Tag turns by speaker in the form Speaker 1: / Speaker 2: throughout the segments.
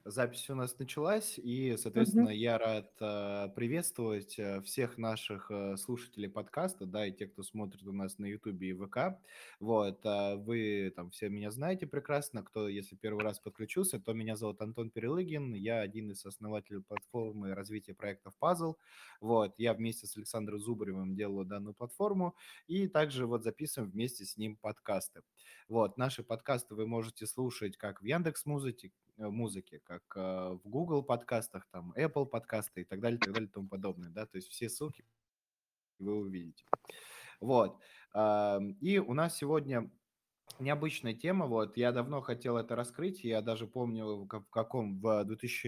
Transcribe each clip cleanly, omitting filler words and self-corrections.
Speaker 1: Запись у нас началась, и, соответственно,
Speaker 2: Мгм.
Speaker 1: я рад приветствовать всех наших слушателей подкаста, да, и тех, кто смотрит у нас на Ютубе и ВК. Вот, вы там все меня знаете прекрасно, кто, если первый раз подключился, то меня зовут Антон Перелыгин, я один из основателей платформы развития проектов Puzzle. Вот, я вместе с Александром Зубаревым делаю данную платформу, и также вот записываем вместе с ним подкасты. Вот, наши подкасты вы можете слушать как в музыке, как в Google подкастах, там, Apple подкасты и так далее, и тому подобное, да, то есть все ссылки вы увидите. Вот. И у нас сегодня необычная тема, вот, я давно хотел это раскрыть, я даже помню, в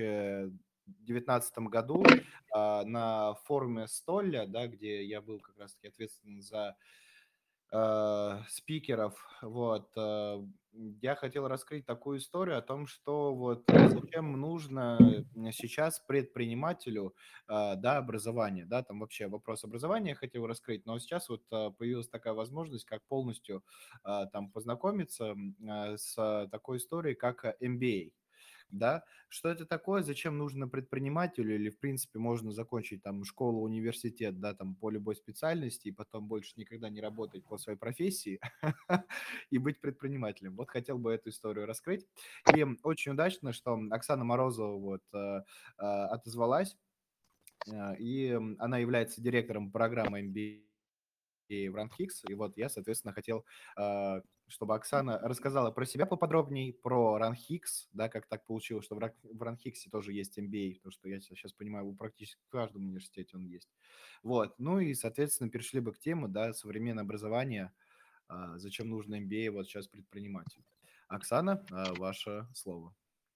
Speaker 1: 2019 году на форуме Столля, да, где я был как раз-таки ответственен за спикеров, вот, я хотел раскрыть такую историю о том, что вот зачем нужно сейчас предпринимателю, да, образование, да, там вообще вопрос образования я хотел раскрыть, но сейчас вот появилась такая возможность, как полностью там познакомиться с такой историей, как MBA. Да, что это такое, зачем нужно предпринимателю, или, в принципе, можно закончить там школу, университет, да, там по любой специальности и потом больше никогда не работать по своей профессии и быть предпринимателем. Вот хотел бы эту историю раскрыть. И очень удачно, что Оксана Морозова вот отозвалась, и она является директором программы MBA в РАНХИКС. И вот я, соответственно, хотел, чтобы Оксана рассказала про себя поподробнее, про РАНХИКС, да, как так получилось, что в РАНХИКСе тоже есть MBA, потому что я сейчас понимаю, практически в каждом университете он есть. Вот, ну и, соответственно, перешли бы к теме, да, современное образование, зачем нужно MBA вот сейчас предпринимателю. Оксана, ваше слово.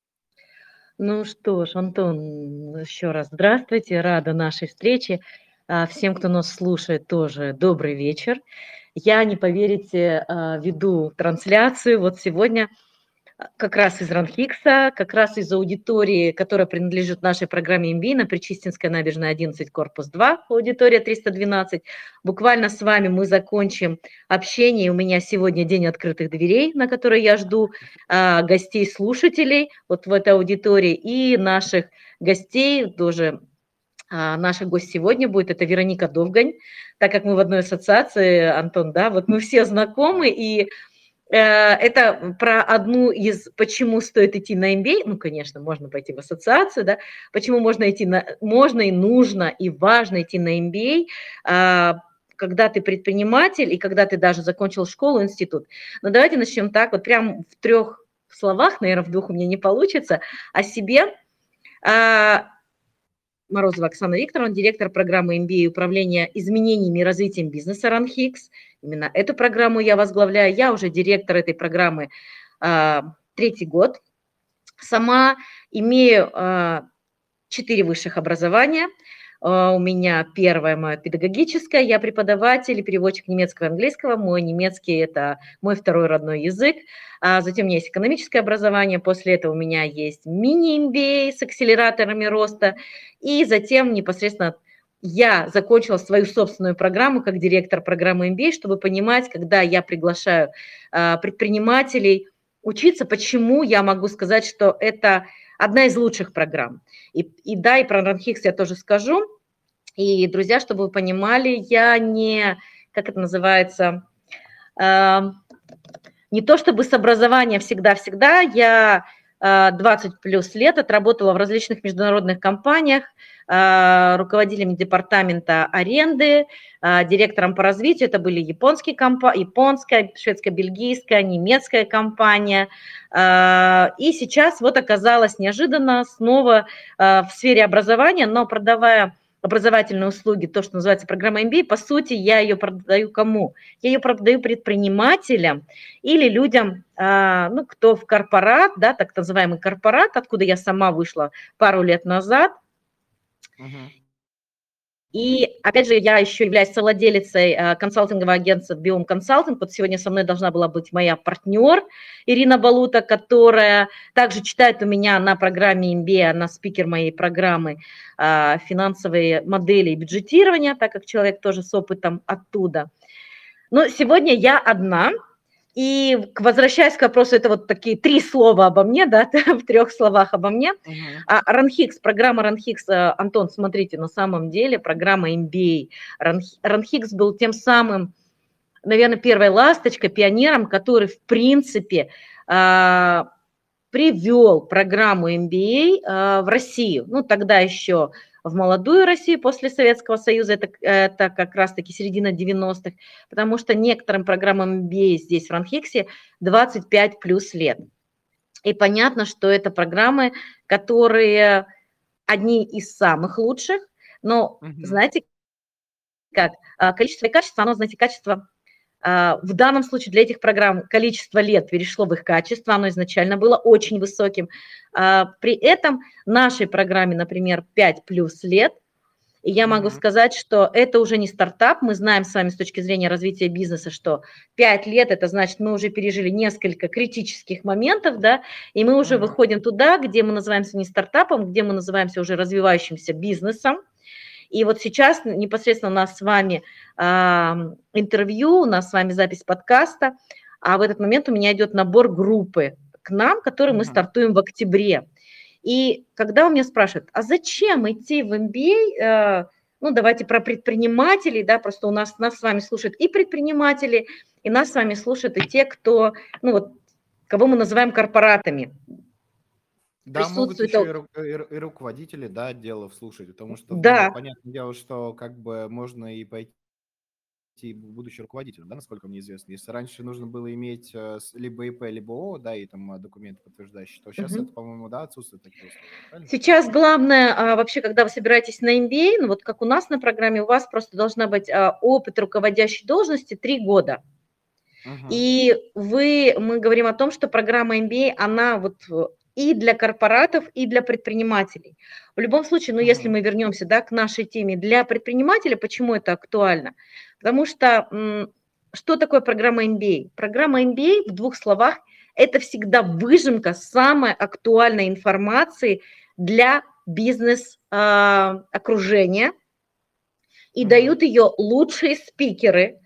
Speaker 2: Ну что ж, Антон, еще раз здравствуйте, рада нашей встрече. Всем, кто нас слушает, тоже добрый вечер. Я, не поверите, веду трансляцию вот сегодня как раз из РАНХИКСа, как раз из аудитории, которая принадлежит нашей программе MBA на Причистинской набережной 11, корпус 2, аудитория 312. Буквально с вами мы закончим общение. У меня сегодня день открытых дверей, на который я жду гостей, слушателей вот в этой аудитории и наших гостей тоже. Наша гость сегодня будет, это Вероника Довгань, так как мы в одной ассоциации, Антон, да, вот мы все знакомы,
Speaker 1: Да.
Speaker 2: и это про одну из, почему стоит идти на MBA, ну, конечно, можно пойти в ассоциацию, да, почему можно и нужно, и важно идти на MBA, когда ты предприниматель и когда ты даже закончил школу, институт. Но давайте начнем так, вот прям в 3 словах, наверное, в 2 у меня не получится, о себе. Морозова Оксана Викторовна, директор программы MBA управления изменениями и развитием бизнеса РАНХИКС. Именно эту программу я возглавляю. Я уже директор этой программы 3-й год. Сама имею 4 высших образования. У меня первое мое педагогическое, я преподаватель и переводчик немецкого и английского. Мой немецкий – это мой второй родной язык. Затем у меня есть экономическое образование, после этого у меня есть мини-MBA с акселераторами роста. И затем непосредственно я закончила свою собственную программу как директор программы MBA, чтобы понимать, когда я приглашаю предпринимателей учиться, почему я могу сказать, что это одна из лучших программ. И да, и про РАНХИКС я тоже скажу. И, друзья, чтобы вы понимали, я не, как это называется, не то чтобы с образования всегда-всегда, я 20 плюс лет отработала в различных международных компаниях, руководителем департамента аренды, директором по развитию. Это были японская, шведско-бельгийская, немецкая компания. И сейчас вот оказалась неожиданно снова в сфере образования, но продавая образовательные услуги, то, что называется программа MBA, по сути, я ее продаю кому? Я ее продаю предпринимателям или людям, ну, кто в корпорат, да, так называемый корпорат, откуда я сама вышла пару лет назад.
Speaker 1: Мгм.
Speaker 2: И, опять же, я еще являюсь совладелицей консалтингового агентства Biom Consulting. Вот сегодня со мной должна была быть моя партнер Ирина Балута, которая также читает у меня на программе MBA, она спикер моей программы финансовые модели и бюджетирования, так как человек тоже с опытом оттуда. Но сегодня я одна. И возвращаясь к вопросу, это вот такие 3 слова обо мне, да, в 3 словах обо мне.
Speaker 1: Мгм.
Speaker 2: RunHix, программа RunHix, Антон, смотрите, на самом деле программа MBA. RunHix был тем самым, наверное, первой ласточкой, пионером, который, в принципе, привел программу MBA в Россию. Ну, тогда еще в молодую Россию после Советского Союза, это как раз-таки середина 90-х, потому что некоторым программам MBA здесь, в Ранхиксе, 25 плюс лет. И понятно, что это программы, которые одни из самых лучших, но
Speaker 1: Мгм.
Speaker 2: знаете как, количество и качество, оно, знаете, качество в данном случае для этих программ количество лет перешло в их качество, оно изначально было очень высоким. При этом нашей программе, например, 5 плюс лет, и я могу
Speaker 1: Мгм.
Speaker 2: сказать, что это уже не стартап. Мы знаем с вами с точки зрения развития бизнеса, что 5 лет – это значит, мы уже пережили несколько критических моментов, да, и мы уже
Speaker 1: Мгм.
Speaker 2: выходим туда, где мы называемся не стартапом, где мы называемся уже развивающимся бизнесом. И вот сейчас непосредственно у нас с вами интервью, у нас с вами запись подкаста, а в этот момент у меня идет набор группы к нам, который мы
Speaker 1: Мгм.
Speaker 2: стартуем в октябре. И когда у меня спрашивают, а зачем идти в MBA, ну, давайте про предпринимателей, да, просто у нас с вами слушают и предприниматели, и нас с вами слушают и те, кто, ну, вот, кого мы называем корпоратами.
Speaker 1: Да, могут
Speaker 2: Присутствует,
Speaker 1: еще и руководители, да, отделов слушать, потому что, ну,
Speaker 2: да.
Speaker 1: понятное дело, что как бы можно и пойти будучи руководителем, да, насколько мне известно. Если раньше нужно было иметь либо ИП, либо ООО, да, и там документы подтверждающие, то сейчас это,
Speaker 2: Мгм.
Speaker 1: по-моему, да, отсутствуют такие условия, правильно?
Speaker 2: Сейчас главное, вообще, когда вы собираетесь на MBA, ну вот как у нас на программе, у вас просто должна быть опыт руководящей должности 3 года.
Speaker 1: Мгм.
Speaker 2: И мы говорим о том, что программа MBA, она вот и для корпоратов, и для предпринимателей. В любом случае, ну если
Speaker 1: Мгм.
Speaker 2: мы вернемся, да, к нашей теме, для предпринимателя, почему это актуально? Потому что что такое программа MBA? Программа MBA в 2 словах – это всегда выжимка самой актуальной информации для бизнес-окружения, и
Speaker 1: Мгм.
Speaker 2: дают ее лучшие спикеры,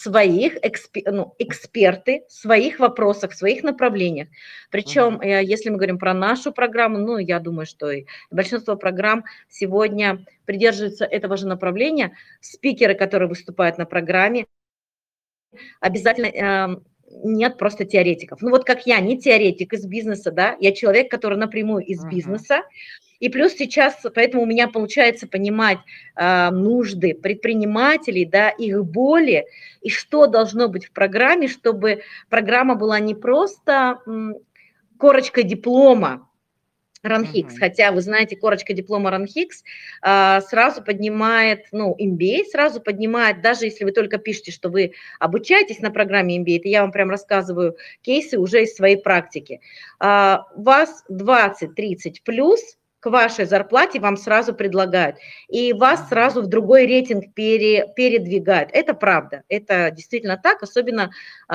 Speaker 2: эксперты в своих вопросах, в своих направлениях.
Speaker 1: Мгм.
Speaker 2: Причем, если мы говорим про нашу программу, ну, я думаю, что и большинство программ сегодня придерживаются этого же направления. Спикеры, которые выступают на программе, обязательно нет просто теоретиков. Ну вот как я, не теоретик из бизнеса, да, я человек, который напрямую из
Speaker 1: Мгм.
Speaker 2: бизнеса, и плюс сейчас, поэтому у меня получается понимать нужды предпринимателей, да, их боли, и что должно быть в программе, чтобы программа была не просто корочкой диплома, Ранхикс,
Speaker 1: Мгм.
Speaker 2: хотя, вы знаете, корочка диплома Ранхикс сразу поднимает, ну, MBA сразу поднимает, даже если вы только пишете, что вы обучаетесь на программе MBA, это я вам прям рассказываю кейсы уже из своей практики. Вас 20-30 плюс к вашей зарплате вам сразу предлагают, и вас
Speaker 1: Мгм.
Speaker 2: сразу в другой рейтинг передвигают. Это правда, это действительно так, особенно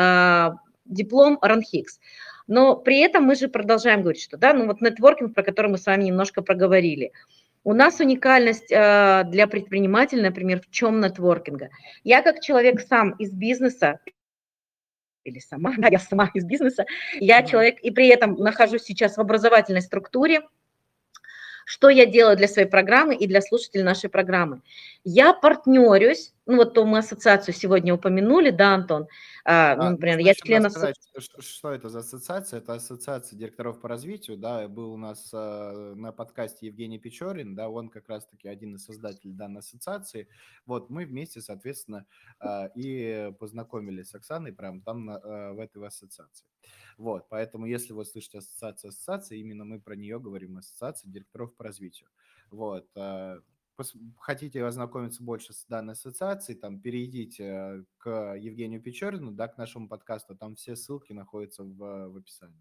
Speaker 2: диплом Ранхикс. Но при этом мы же продолжаем говорить, что, да, ну вот нетворкинг, про который мы с вами немножко проговорили. У нас уникальность для предпринимателя, например, в чем нетворкинга. Я как человек сам из бизнеса, или сама, да, я сама из бизнеса, я
Speaker 1: Мгм.
Speaker 2: человек, и при этом нахожусь сейчас в образовательной структуре. Что я делаю для своей программы и для слушателей нашей программы? Я партнерюсь, ну вот то мы ассоциацию сегодня упомянули, да, Антон, ну, например,
Speaker 1: Нужно
Speaker 2: я
Speaker 1: еще
Speaker 2: член
Speaker 1: рассказать,
Speaker 2: ассоциации.
Speaker 1: что это за ассоциация. Это ассоциация директоров по развитию, да, был у нас на подкасте Евгений Печорин, да, он как раз-таки один из создателей данной ассоциации. Вот мы вместе, соответственно, и познакомились с Оксаной прямо там в этой ассоциации. Вот, поэтому если вы слышите ассоциация, именно мы про нее говорим, ассоциация директоров по развитию. Вот, хотите ознакомиться больше с данной ассоциацией, там перейдите к Евгению Печорину, да, к нашему подкасту, там все ссылки находятся в описании.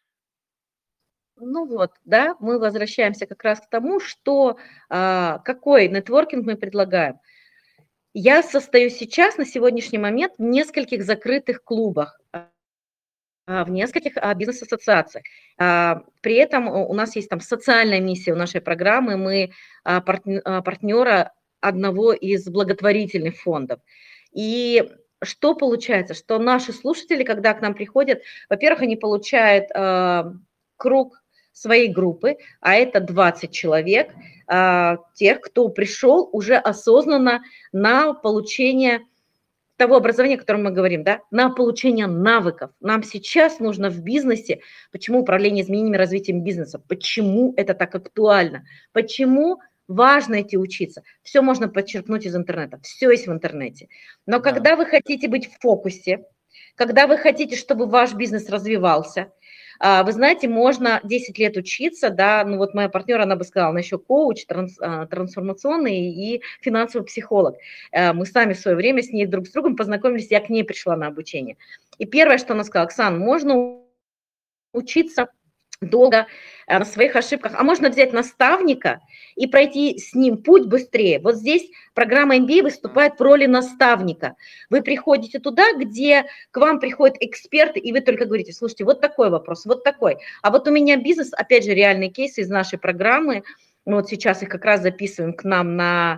Speaker 2: Ну вот, да, мы возвращаемся как раз к тому, что какой нетворкинг мы предлагаем. Я состою сейчас на сегодняшний момент в нескольких закрытых клубах, в нескольких бизнес-ассоциациях. При этом у нас есть там социальная миссия у нашей программы, мы партнера одного из благотворительных фондов. И что получается? Что наши слушатели, когда к нам приходят, во-первых, они получают круг своей группы, а это 20 человек, тех, кто пришел уже осознанно на получение того образования, о котором мы говорим, да, на получение навыков. Нам сейчас нужно в бизнесе, почему управление изменениями, развитием бизнеса, почему это так актуально, почему важно идти учиться. Все можно подчеркнуть из интернета, все есть в интернете. Но
Speaker 1: Да.
Speaker 2: когда вы хотите быть в фокусе, когда вы хотите, чтобы ваш бизнес развивался, вы знаете, можно 10 лет учиться, да, ну вот моя партнер, она бы сказала, она еще коуч, трансформационный и финансовый психолог. Мы сами в свое время с ней друг с другом познакомились, я к ней пришла на обучение. И первое, что она сказала: Оксан, можно учиться долго на своих ошибках, а можно взять наставника и пройти с ним путь быстрее. Вот здесь программа MBA выступает в роли наставника. Вы приходите туда, где к вам приходят эксперты, и вы только говорите: слушайте, вот такой вопрос, вот такой. А вот у меня бизнес, опять же, реальные кейсы из нашей программы, мы вот сейчас их как раз записываем к нам на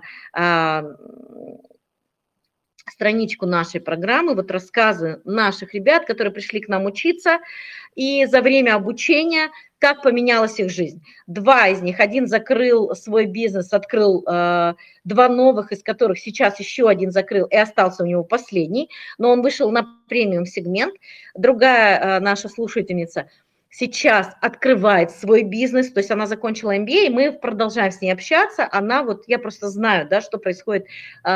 Speaker 2: страничку нашей программы, вот рассказы наших ребят, которые пришли к нам учиться, и за время обучения как поменялась их жизнь. 2 из них, один закрыл свой бизнес, открыл 2 новых, из которых сейчас еще один закрыл, и остался у него последний, но он вышел на премиум-сегмент. Другая наша слушательница сейчас открывает свой бизнес, то есть она закончила MBA, и мы продолжаем с ней общаться, она вот, я просто знаю, да, что происходит,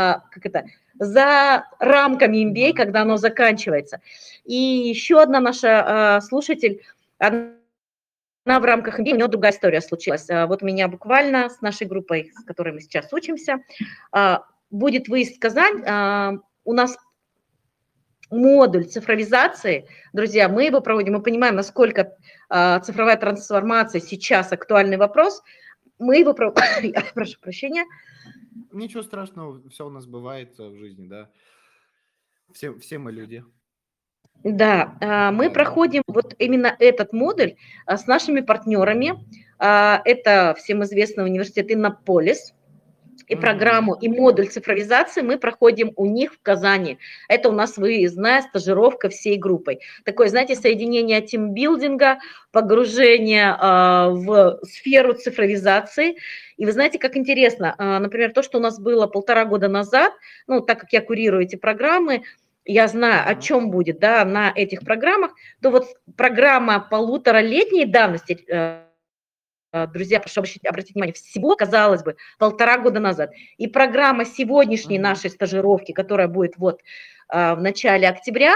Speaker 2: за рамками MBA, когда оно заканчивается. И еще одна наша слушатель, она в рамках MBA, у нее другая история случилась. Вот у меня буквально с нашей группой, с которой мы сейчас учимся, будет выезд в Казань. У нас модуль цифровизации, друзья, мы его проводим, мы понимаем, насколько цифровая трансформация сейчас актуальный вопрос. Мы его проводим, прошу прощения.
Speaker 1: Ничего страшного, все у нас бывает в жизни, да. Все мы люди.
Speaker 2: Да, мы проходим вот именно этот модуль с нашими партнерами. Это всем известный университет Иннополис. И программу, и модуль цифровизации мы проходим у них в Казани. Это у нас выездная стажировка всей группой. Такое, знаете, соединение тимбилдинга, погружение в сферу цифровизации. И вы знаете, как интересно, например, то, что у нас было 1,5 года назад, ну, так как я курирую эти программы, я знаю, о чем будет, да, на этих программах, то вот программа 1,5-летней давности, друзья, прошу обратить внимание, всего, казалось бы, 1,5 года назад. И программа сегодняшней нашей стажировки, которая будет вот в начале октября,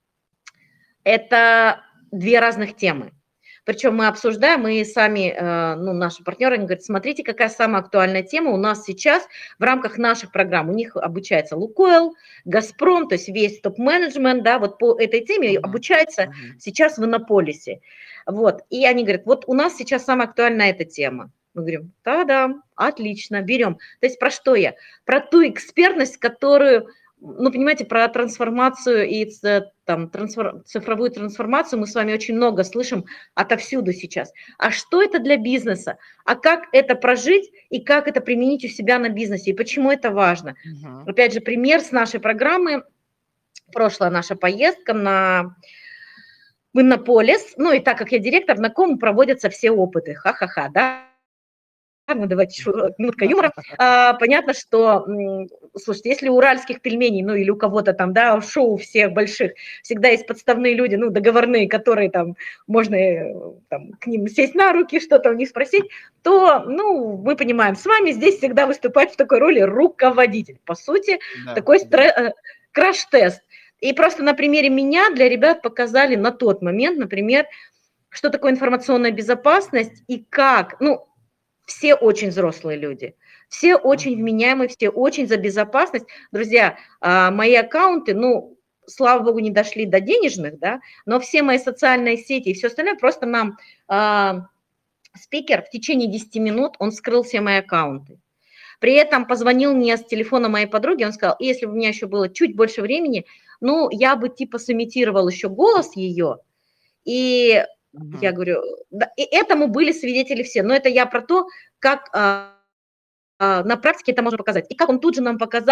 Speaker 2: это 2 разных темы. Причем мы обсуждаем, мы сами, ну, наши партнеры, они говорят: смотрите, какая самая актуальная тема у нас сейчас в рамках наших программ. У них обучается Лукойл, Газпром, то есть весь топ-менеджмент, да, вот по этой теме обучается сейчас в Иннополисе. Вот, и они говорят: вот у нас сейчас самая актуальная эта тема. Мы говорим: да-да, отлично, берем. То есть про что я? Про ту экспертность, которую, ну, понимаете, про трансформацию и там, цифровую трансформацию мы с вами очень много слышим отовсюду сейчас. А что это для бизнеса? А как это прожить и как это применить у себя на бизнесе? И почему это важно? Опять же, пример с нашей программы. Прошлая наша поездка в Иннополис. Ну, и так как я директор, на ком проводятся все опыты. Ха-ха-ха, да? Ну, давайте, минутка юмора. Понятно, что, слушайте, если у уральских пельменей, ну, или у кого-то там, да, шоу всех больших, всегда есть подставные люди, ну, договорные, которые там, можно там, к ним сесть на руки, что-то у них спросить, то, ну, мы понимаем, с вами здесь всегда выступает в такой роли руководитель. По сути, такой краш-тест. И просто на примере меня для ребят показали на тот момент, например, что такое информационная безопасность и как, ну, все очень взрослые люди, все очень вменяемые, все очень за безопасность. Друзья, мои аккаунты, ну, слава богу, не дошли до денежных, да, но все мои социальные сети и все остальное, просто нам спикер в течение 10 минут, он скрыл все мои аккаунты. При этом позвонил мне с телефона моей подруги, он сказал: если бы у меня еще было чуть больше времени, ну, я бы типа сымитировал еще голос ее, и я говорю, да, и этому были свидетели все, но это я про то, как на практике это можно показать. И как он тут же нам показал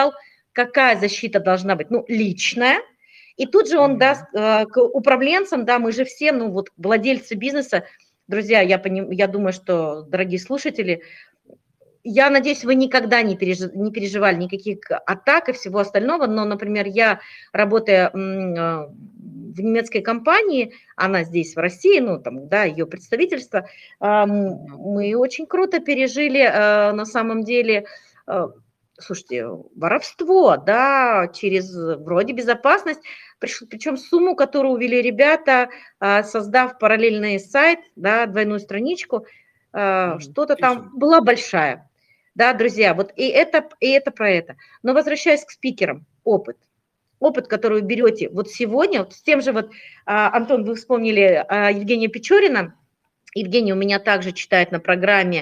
Speaker 2: какая защита должна быть, ну, личная, и тут же он даст к управленцам, да, мы же все, ну, вот владельцы бизнеса, друзья, я думаю, что, дорогие слушатели, я надеюсь, вы никогда не переживали никаких атак и всего остального, но, например, я, работая в немецкой компании, она здесь, в России, ну, там, да, ее представительство, мы очень круто пережили, на самом деле, слушайте, воровство, да, через вроде безопасность, причем сумму, которую увели ребята, создав параллельный сайт, да, двойную страничку, что-то там была большая. Да, друзья, вот и это про это. Но возвращаясь к спикерам, опыт, который вы берете вот сегодня, вот с тем же вот, Антон, вы вспомнили Евгения Печорина. Евгений у меня также читает на программе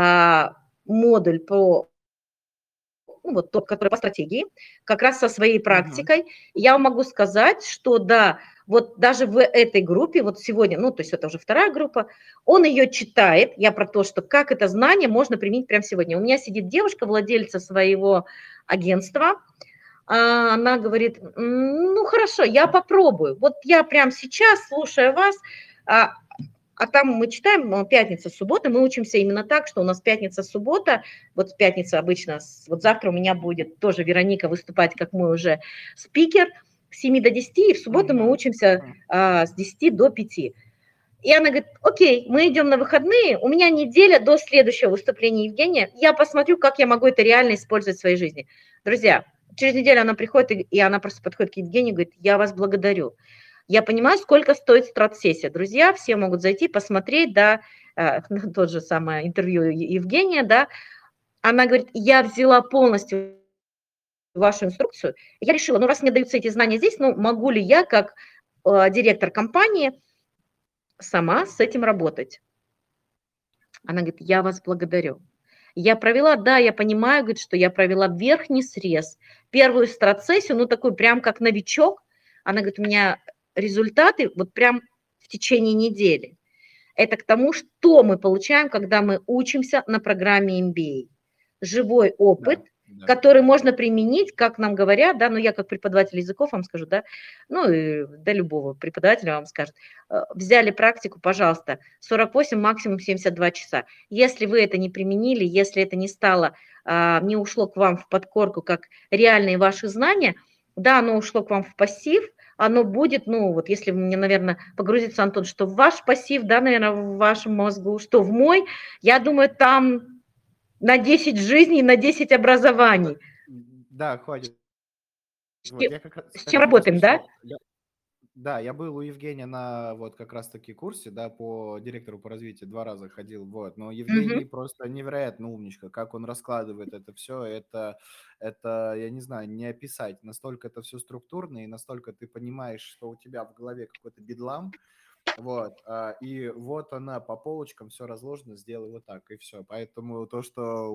Speaker 2: модуль по, ну, вот тот, который по стратегии, как раз со своей практикой. Я вам могу сказать, что да, вот даже в этой группе, вот сегодня, ну, то есть это уже вторая группа, он ее читает, я про то, что как это знание можно применить прямо сегодня. У меня сидит девушка, владельца своего агентства, она говорит, ну, хорошо, я попробую, вот я прямо сейчас, слушая вас, а там мы читаем пятница, суббота, мы учимся именно так, что у нас пятница, суббота, вот пятница обычно, вот завтра у меня будет тоже Вероника выступать, как мы уже спикер, с 7 до 10, и в субботу мы учимся с 10 до 5. И она говорит, окей, мы идем на выходные, у меня неделя до следующего выступления Евгения, я посмотрю, как я могу это реально использовать в своей жизни. Друзья, через неделю она приходит, и она просто подходит к Евгению и говорит, я вас благодарю. Я понимаю, сколько стоит стратсессия. Друзья, все могут зайти, посмотреть, да, тот же самое интервью Евгения, да. Она говорит, я взяла полностью вашу инструкцию, я решила, ну, раз мне даются эти знания здесь, ну, могу ли я, как директор компании, сама с этим работать? Она говорит, я вас благодарю. Я провела, да, я понимаю, говорит, что я провела верхний срез, первую стратсессию, ну, такой прям как новичок. Она говорит, у меня результаты вот прям в течение недели. Это к тому, что мы получаем, когда мы учимся на программе MBA. Живой опыт, который можно применить, как нам говорят, да, ну я как преподаватель языков вам скажу, да, ну и да любого преподавателя вам скажет, взяли практику, пожалуйста, 48, максимум 72 часа. Если вы это не применили, если это не стало, не ушло к вам в подкорку, как реальные ваши знания, да, оно ушло к вам в пассив, оно будет, ну, вот если мне, наверное, погрузиться, Антон, что в ваш пассив, да, наверное, в вашем мозгу, что в мой, я думаю, там на 10 жизней, на 10 образований.
Speaker 1: Да, хватит. Вот, я как раз
Speaker 2: с чем работаем, да?
Speaker 1: Да, я был у Евгения на вот как раз-таки курсе, да, по директору по развитию 2 раза ходил, вот. Но Евгений просто невероятно умничка, как он раскладывает это все, это, я не знаю, не описать. Настолько это все структурно, и настолько ты понимаешь, что у тебя в голове какой-то бедлам, вот, и вот она по полочкам все разложено, сделай вот так, и все. Поэтому то, что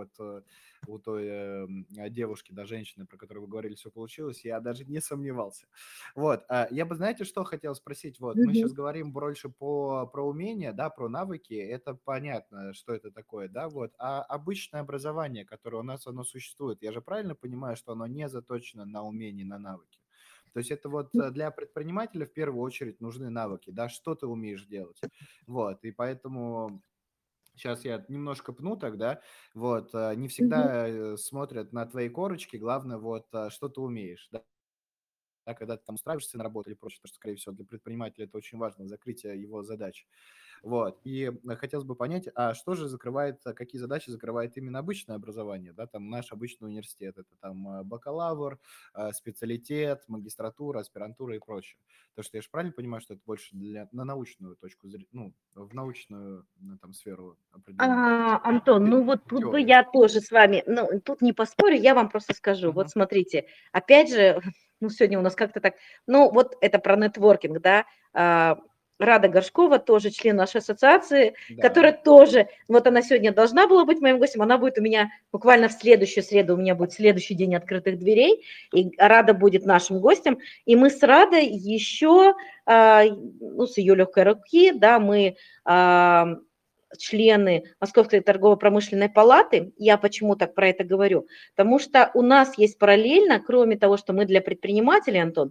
Speaker 1: у той девушки, да, женщины, про которую вы говорили, все получилось, я даже не сомневался. Вот, я бы, знаете, что хотел спросить? Вот, мы сейчас говорим больше про умения, да, про навыки, это понятно, что это такое, да, вот, а обычное образование, которое у нас, оно существует, я же правильно понимаю, что оно не заточено на умения, на навыки? То есть это вот для предпринимателя в первую очередь нужны навыки, да, что ты умеешь делать. Вот, и поэтому сейчас я немножко пну тогда, вот, не всегда смотрят на твои корочки, главное, вот, что ты умеешь, да, когда ты там устраиваешься на работу или прочее, потому что, скорее всего, для предпринимателя это очень важно, закрытие его задач. Вот. И хотелось бы понять, а что же закрывает, какие задачи закрывает именно обычное образование, да, там наш обычный университет, это там бакалавр, специалитет, магистратура, аспирантура и прочее. То, что я же правильно понимаю, что это больше на научную точку зрения, ну, в научную там сферу определенную.
Speaker 2: Антон, ну вот тут бы я тоже с вами, ну, тут не поспорю, я вам просто скажу. Вот смотрите, опять же, ну, сегодня у нас как-то так, ну, вот это про нетворкинг, да, Рада Горшкова, тоже член нашей ассоциации, которая тоже, вот она сегодня должна была быть моим гостем, она будет у меня буквально в следующую среду, у меня будет следующий день открытых дверей, и Рада будет нашим гостем, и мы с Радой еще, ну, с ее легкой руки, да, мы члены Московской торгово-промышленной палаты. Я почему так про это говорю? Потому что у нас есть параллельно, кроме того, что мы для предпринимателей, Антон,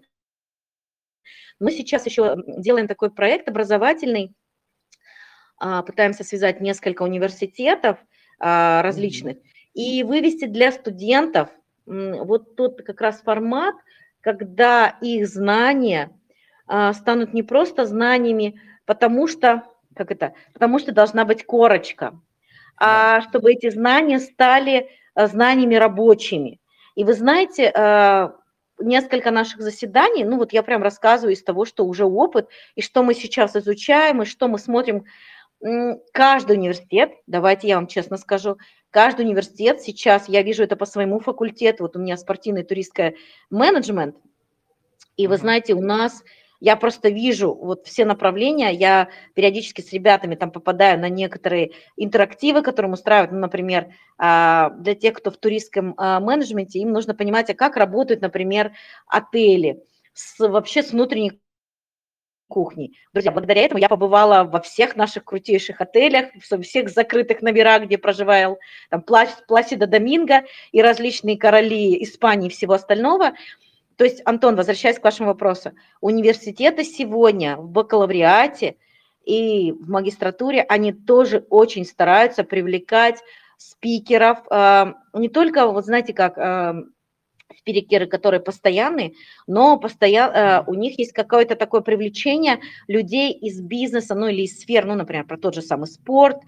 Speaker 2: мы сейчас еще делаем такой проект образовательный, пытаемся связать несколько университетов различных и вывести для студентов вот тот как раз формат, когда их знания станут не просто знаниями, потому что должна быть корочка, а чтобы эти знания стали знаниями рабочими. И вы знаете, несколько наших заседаний, ну вот я прям рассказываю из того, что уже опыт, и что мы сейчас изучаем, и что мы смотрим. Каждый университет, давайте я вам честно скажу, каждый университет сейчас, я вижу это по своему факультету, вот у меня спортивный туристский менеджмент, и вы знаете, у нас, я просто вижу вот все направления, я периодически с ребятами там попадаю на некоторые интерактивы, которые устраивают, ну, например, для тех, кто в туристском менеджменте, им нужно понимать, а как работают, например, отели вообще с внутренней кухни. Друзья, благодаря этому я побывала во всех наших крутейших отелях, во всех закрытых номерах, где проживал там Пласидо Доминго и различные короли Испании и всего остального. То есть, Антон, возвращаясь к вашему вопросу, университеты сегодня в бакалавриате и в магистратуре, они тоже очень стараются привлекать спикеров, не только, вот знаете как, спикеры, которые постоянные, но у них есть какое-то такое привлечение людей из бизнеса, ну или из сфер, ну, например, про тот же самый спорт,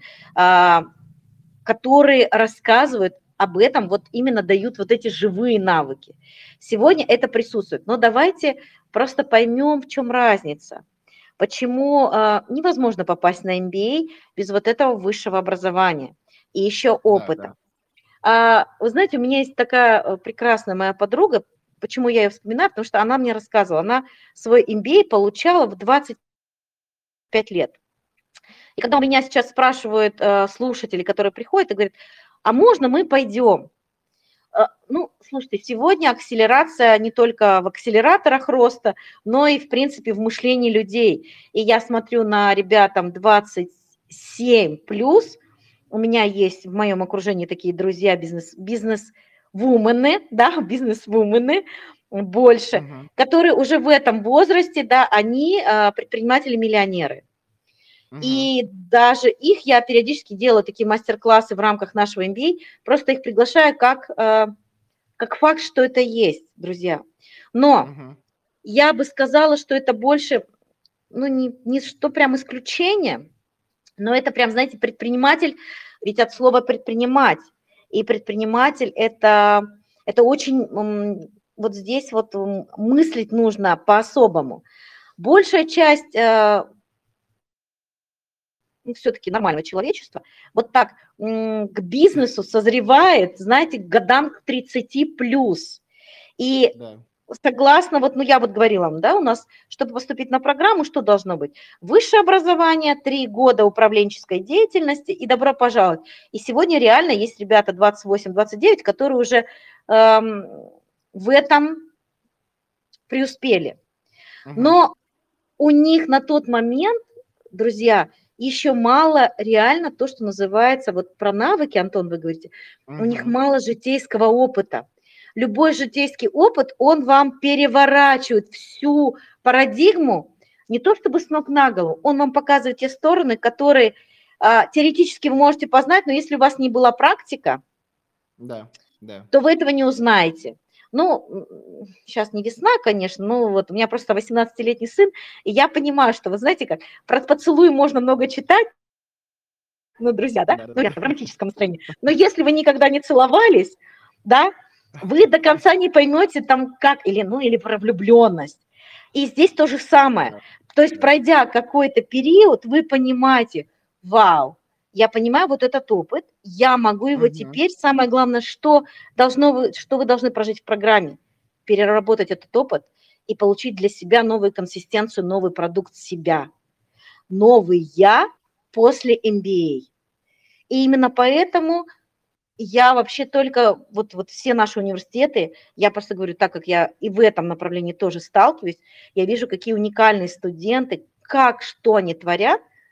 Speaker 2: которые рассказывают об этом, вот именно дают вот эти живые навыки. Сегодня это присутствует, но давайте просто поймем, в чем разница. Почему невозможно попасть на MBA без вот этого высшего образования и еще опыта. Вы знаете, у меня есть такая прекрасная моя подруга, почему я ее вспоминаю, потому что она мне рассказывала, она свой MBA получала в 25 лет. И когда у меня сейчас спрашивают слушатели, которые приходят и говорят, а можно мы пойдем? Ну, слушайте, сегодня акселерация не только в акселераторах роста, но и, в принципе, в мышлении людей. И я смотрю на ребятам 27 плюс. У меня есть в моем окружении такие друзья, бизнес-вумены, да, бизнес-вумены больше, которые уже в этом возрасте, да, они предприниматели-миллионеры. И даже их я периодически делаю такие мастер-классы в рамках нашего MBA, просто их приглашаю как факт, что это есть, друзья. Но я бы сказала, что это больше, ну, не что прям исключение, но это прям, знаете, предприниматель, ведь от слова предпринимать. И предприниматель это очень, вот здесь вот мыслить нужно по-особому. Большая часть все-таки нормального человечества вот так к бизнесу созревает, знаете, к годам к 30 плюс. И согласно, вот, ну я вот говорила вам, да, у нас, чтобы поступить на программу, что должно быть? Высшее образование, 3 года управленческой деятельности и добро пожаловать. И сегодня реально есть ребята 28-29, которые уже в этом преуспели. Но у них на тот момент, друзья, еще мало реально то, что называется, вот про навыки, Антон, вы говорите, у них мало житейского опыта. Любой житейский опыт, он вам переворачивает всю парадигму, не то чтобы с ног на голову, он вам показывает те стороны, которые теоретически вы можете познать, но если у вас не была практика, то вы этого не узнаете. Ну, сейчас не весна, конечно, но вот у меня просто 18-летний сын, и я понимаю, что, вы знаете как, про поцелуй можно много читать, ну, друзья, да, ну, в романтическом настроении, но если вы никогда не целовались, да, вы до конца не поймете там как, или про влюбленность. И здесь то же самое. То есть, пройдя какой-то период, вы понимаете, вау, я понимаю вот этот опыт, я могу его теперь, самое главное, что вы должны прожить в программе, переработать этот опыт и получить для себя новую консистенцию, новый продукт себя, новый я после MBA. И именно поэтому я вообще только, вот все наши университеты, я просто говорю, так как я и в этом направлении тоже сталкиваюсь, я вижу, какие уникальные студенты, что они творят,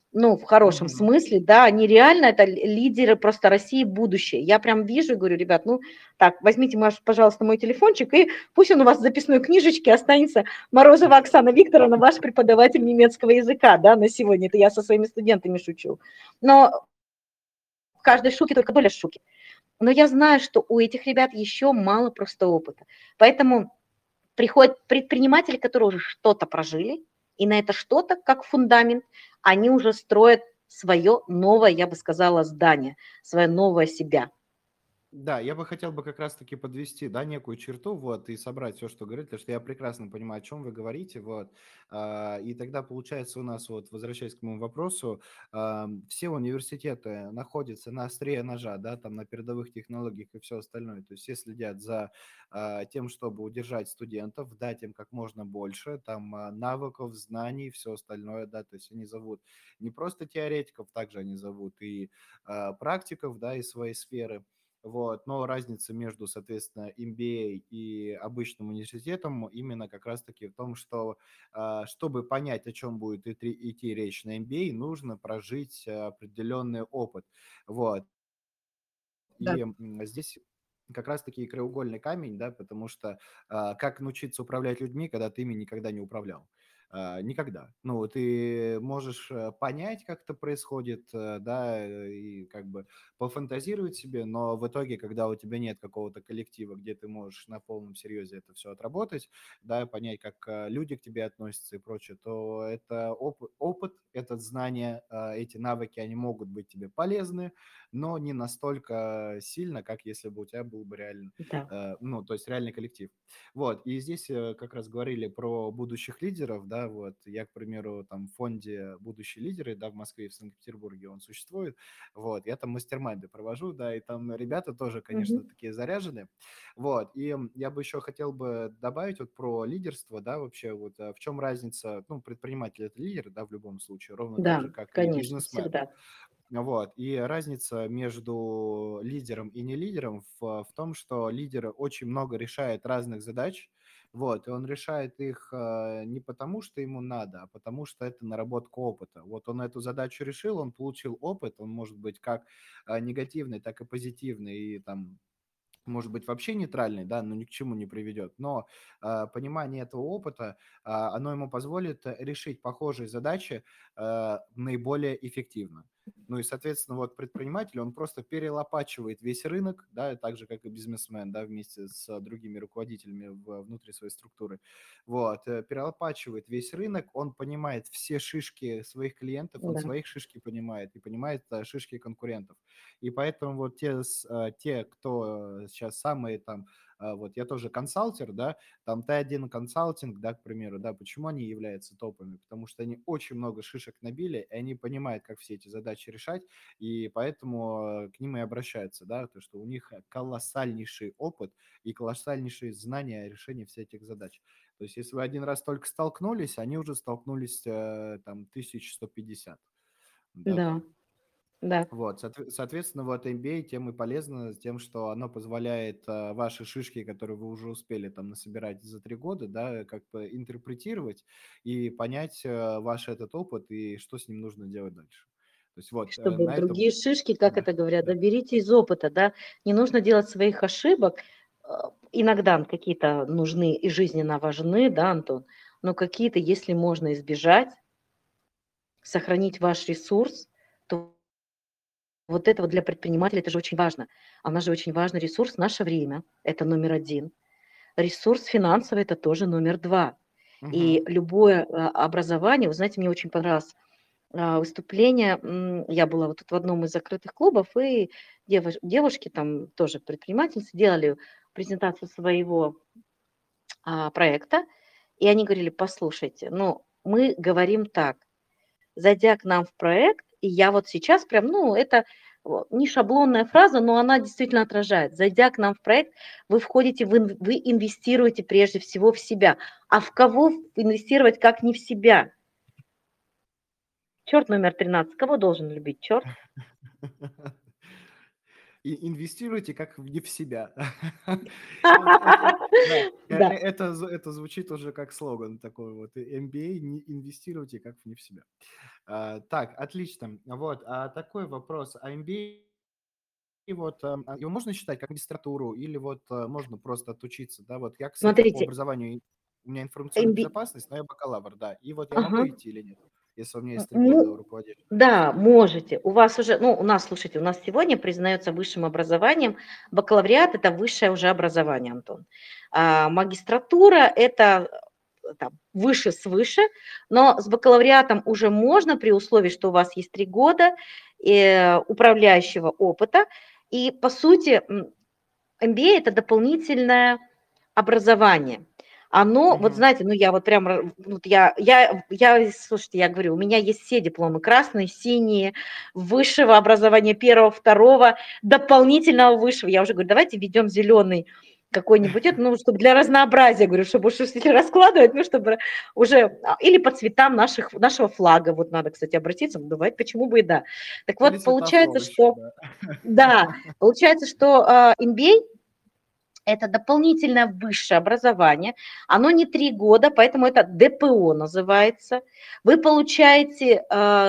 Speaker 2: ну, в хорошем
Speaker 1: Мгм.
Speaker 2: смысле, да, они реально, это лидеры просто России будущее. Я прям вижу и говорю, ребят, ну, так, возьмите, пожалуйста, мой телефончик, и пусть он у вас в записной книжечке останется. Морозова Оксана Викторовна, ваш преподаватель немецкого языка, да, на сегодня. Это я со своими студентами шучу. Но в каждой шутке только доля шутки. Но я знаю, что у этих ребят еще мало просто опыта. Поэтому приходят предприниматели, которые уже что-то прожили, и на это что-то, как фундамент, они уже строят свое новое, я бы сказала, здание, свое новое себя.
Speaker 1: Да, я бы хотел бы как раз-таки подвести, да, некую черту, вот, и собрать все, что говорит, потому что я прекрасно понимаю, о чем вы говорите, вот, и тогда получается у нас, вот, возвращаясь к моему вопросу, все университеты находятся на острие ножа, да, там, на передовых технологиях и все остальное, то есть все следят за тем, чтобы удержать студентов, дать им как можно больше, там, навыков, знаний, все остальное, да, то есть они зовут не просто теоретиков, также они зовут и практиков, да, из своей сферы, вот. Но разница между, соответственно, MBA и обычным университетом именно как раз-таки в том, что чтобы понять, о чем будет идти речь на MBA, нужно прожить определенный опыт. Вот.
Speaker 2: Да,
Speaker 1: И здесь как раз-таки краеугольный камень, да, потому что как научиться управлять людьми, когда ты ими никогда не управлял? Никогда. Ну, ты можешь понять, как это происходит, да, и как бы пофантазировать себе, но в итоге, когда у тебя нет какого-то коллектива, где ты можешь на полном серьезе это все отработать, да, понять, как люди к тебе относятся и прочее, то это опыт, это знание, эти навыки, они могут быть тебе полезны, но не настолько сильно, как если бы у тебя был бы реально,
Speaker 2: да,
Speaker 1: ну, то есть реальный коллектив. Вот, и здесь как раз говорили про будущих лидеров, да, вот, я, к примеру, там в фонде «Будущие лидеры», да, в Москве и в Санкт-Петербурге он существует, вот, я там мастер-майнды провожу, да, и там ребята тоже,
Speaker 2: мгм,
Speaker 1: конечно, такие заряженные, вот, и я бы еще хотел бы добавить вот про лидерство, да, вообще, вот, в чем разница, ну, предприниматель– это лидер, да, в любом случае, ровно так
Speaker 2: да,
Speaker 1: же, как и
Speaker 2: конечно,
Speaker 1: бизнесмен.
Speaker 2: всегда.
Speaker 1: Вот. И разница между лидером и не лидером в том, что лидер очень много решает разных задач, вот, и он решает их не потому, что ему надо, а потому что это наработка опыта. Вот он эту задачу решил, он получил опыт, он может быть как негативный, так и позитивный, и там может быть, вообще нейтральный, да, но ни к чему не приведет. Но понимание этого опыта, оно ему позволит решить похожие задачи наиболее эффективно. Ну и, соответственно, вот предприниматель, он просто перелопачивает весь рынок, да, так же, как и бизнесмен, да, вместе с другими руководителями внутри своей структуры. Вот, перелопачивает весь рынок, он понимает все шишки своих клиентов, он
Speaker 2: Да,
Speaker 1: своих шишки понимает и понимает шишки конкурентов. И поэтому вот те, кто сейчас самые там, вот я тоже консалтер, да, там Т1 консалтинг, да, к примеру, да, почему они являются топами? Потому что они очень много шишек набили, и они понимают, как все эти задачи решать, и поэтому к ним и обращаются, да, то, что у них колоссальнейший опыт и колоссальнейшие знания решения всех этих задач. То есть если вы один раз только столкнулись, они уже столкнулись там 1150, да,
Speaker 2: да,
Speaker 1: так.
Speaker 2: да,
Speaker 1: Вот, соответственно, вот MBA тем и полезно, тем, что оно позволяет ваши шишки, которые вы уже успели там насобирать за 3 года, да, как бы интерпретировать и понять ваш этот опыт и что с ним нужно делать дальше. То есть вот
Speaker 2: чтобы
Speaker 1: на этом,
Speaker 2: другие шишки, как
Speaker 1: да,
Speaker 2: это говорят, да,
Speaker 1: да.
Speaker 2: берите из опыта, да, не нужно делать своих ошибок. Иногда какие-то нужны и жизненно важны, да, Антон, но какие-то, если можно избежать, сохранить ваш ресурс, то вот это вот для предпринимателя это же очень важно. А у нас же очень важный ресурс– наше время, это номер один. Ресурс финансовый– это тоже номер два. И
Speaker 1: Мгм.
Speaker 2: любое образование, вы знаете, мне очень понравилось выступление. Я была вот тут в одном из закрытых клубов, и девушки там тоже предпринимательницы делали презентацию своего проекта, и они говорили, послушайте, ну, мы говорим так, зайдя к нам в проект, и я вот сейчас прям, ну, это не шаблонная фраза, но она действительно отражает. Зайдя к нам в проект, вы входите, вы инвестируете прежде всего в себя. А в кого инвестировать, как не в себя? Черт номер 13. Кого должен любить черт?
Speaker 1: Инвестируйте как не в себя. Да,
Speaker 2: Да.
Speaker 1: это звучит уже как слоган такой вот. MBA инвестируйте как не в себя. Так, отлично. Вот, такой вопрос. А MBA вот, его можно считать как магистратуру или вот можно просто отучиться, да? Вот я, кстати, по
Speaker 2: Смотрите,
Speaker 1: образованию, у меня информационная
Speaker 2: MB
Speaker 1: безопасность, но я бакалавр, да. И вот я могу
Speaker 2: ага.
Speaker 1: идти или нет, если у меня есть 3 года
Speaker 2: Ну
Speaker 1: руководящего
Speaker 2: да,
Speaker 1: опыта?
Speaker 2: можете. У вас уже, ну, у нас, слушайте, у нас сегодня признается высшим образованием. Бакалавриат – это высшее уже образование, Антон. Магистратура – это там выше свыше, но с бакалавриатом уже можно при условии, что у вас есть 3 года управляющего опыта. И, по сути, MBA – это дополнительное образование. Оно, вот
Speaker 1: Мгм.
Speaker 2: знаете, ну я вот прям, вот слушайте, я говорю, у меня есть все дипломы красные, синие, высшего образования первого, второго, дополнительного высшего. Я уже говорю, давайте введем зеленый какой-нибудь, это, ну, чтобы для разнообразия, говорю, чтобы уж если раскладывать, ну, чтобы уже, или по цветам нашего флага, вот надо, кстати, обратиться, ну, давайте, почему бы и да. Так
Speaker 1: Или
Speaker 2: вот, получается,
Speaker 1: светофор еще,
Speaker 2: что,
Speaker 1: да.
Speaker 2: да, получается, что MBA это дополнительное высшее образование. Оно не 3 года, поэтому это ДПО называется. Вы получаете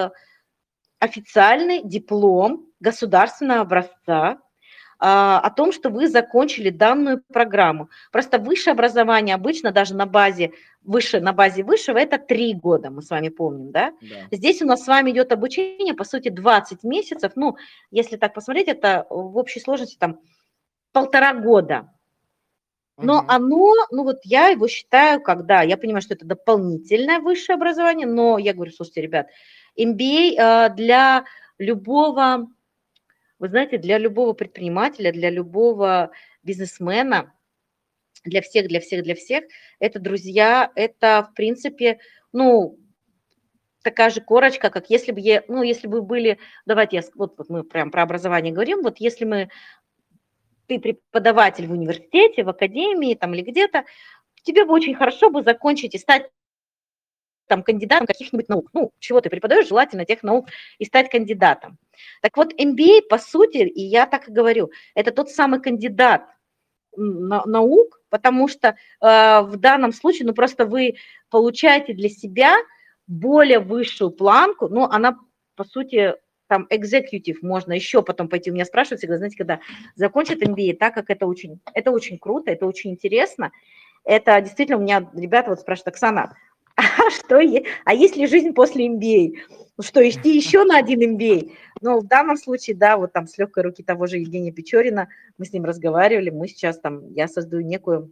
Speaker 2: официальный диплом государственного образца о том, что вы закончили данную программу. Просто высшее образование обычно даже на базе высшего это 3 года, мы с вами помним, да?
Speaker 1: Да.
Speaker 2: Здесь у нас с вами идет обучение, по сути, 20 месяцев. Ну, если так посмотреть, это в общей сложности там 1,5 года. Но
Speaker 1: Мгм.
Speaker 2: оно, ну вот я его считаю, когда я понимаю, что это дополнительное высшее образование, но я говорю, слушайте, ребят, MBA для любого, вы знаете, для любого предпринимателя, для любого бизнесмена, для всех, это, друзья, это, в принципе, ну, такая же корочка, как если бы, ну, если бы были, давайте вот мы прям про образование говорим, вот если ты преподаватель в университете, в академии там или где-то, тебе бы очень хорошо бы закончить и стать там кандидатом каких-нибудь наук. Ну, чего ты преподаешь, желательно тех наук, и стать кандидатом. Так вот, MBA, по сути, и я так и говорю, это тот самый кандидат наук, потому что в данном случае, ну, просто вы получаете для себя более высшую планку, ну, она, по сути, там, executive можно еще потом пойти. У меня спрашивают всегда, знаете, когда закончат MBA, так как это очень круто, это очень интересно. Это действительно у меня ребята вот спрашивают, Оксана, а есть ли жизнь после MBA? Ну что, идти еще на один MBA? Ну, в данном случае, да, вот там с легкой руки того же Евгения Печорина, мы с ним разговаривали, мы сейчас там, я создаю некую,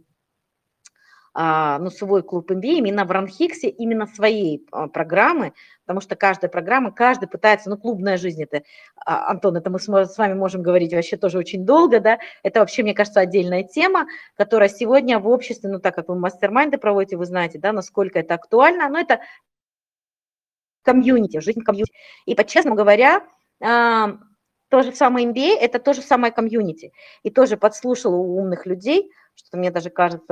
Speaker 2: ну, свой клуб MBA именно в Ранхиксе, именно своей программы, потому что каждая программа, каждый пытается, ну, клубная жизнь, это, Антон, это мы с вами можем говорить вообще тоже очень долго, да, это вообще, мне кажется, отдельная тема, которая сегодня в обществе, ну, так как вы мастер-майнды проводите, вы знаете, да, насколько это актуально, но это комьюнити, жизнь комьюнити. И, по-честному говоря, то же самое MBA – это то же самое комьюнити. И тоже подслушала у умных людей, что мне даже кажется,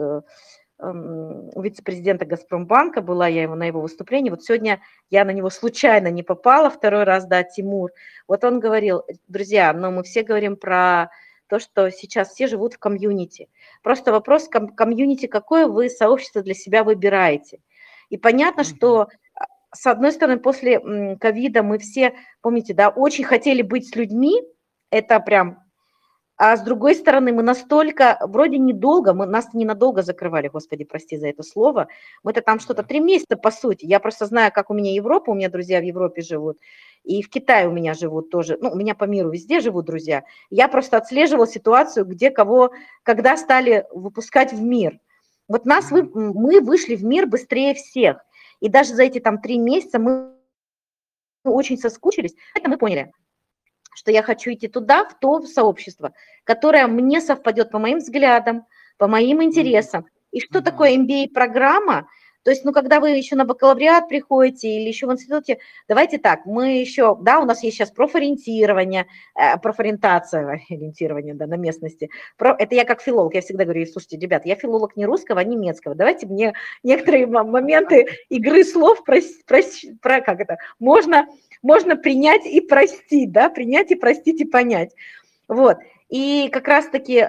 Speaker 2: у вице-президента Газпромбанка была я на его выступлении. Вот сегодня я на него случайно не попала второй раз, да, Тимур. Вот он говорил, друзья, но мы все говорим про то, что сейчас все живут в комьюнити. Просто вопрос комьюнити, какое вы сообщество для себя выбираете. И понятно,
Speaker 1: Мгм.
Speaker 2: что с одной стороны, после ковида мы все, помните, да, очень хотели быть с людьми, это прям, а с другой стороны, мы настолько, вроде недолго, нас ненадолго закрывали, господи, прости за это слово, мы-то там что-то
Speaker 1: Да.
Speaker 2: 3 месяца, по сути, я просто знаю, как у меня Европа, у меня друзья в Европе живут, и в Китае у меня живут тоже, ну, у меня по миру везде живут друзья, я просто отслеживала ситуацию, где кого, когда стали выпускать в мир. Вот
Speaker 1: Мгм.
Speaker 2: мы вышли в мир быстрее всех, и даже за эти там 3 месяца мы очень соскучились, это мы поняли, что я хочу идти туда, в то сообщество, которое мне совпадет по моим взглядам, по моим
Speaker 1: Мгм.
Speaker 2: интересам. И что
Speaker 1: Мгм.
Speaker 2: такое MBA-программа? То есть, ну, когда вы еще на бакалавриат приходите или еще в институте, давайте так, мы еще, да, у нас есть сейчас профориентирование, профориентация, ориентирование, да, на местности. Это я как филолог, я всегда говорю, слушайте, ребят, я филолог не русского, а немецкого, давайте мне некоторые моменты игры слов как это, можно принять и простить, да, принять и простить и понять. Вот. И как раз-таки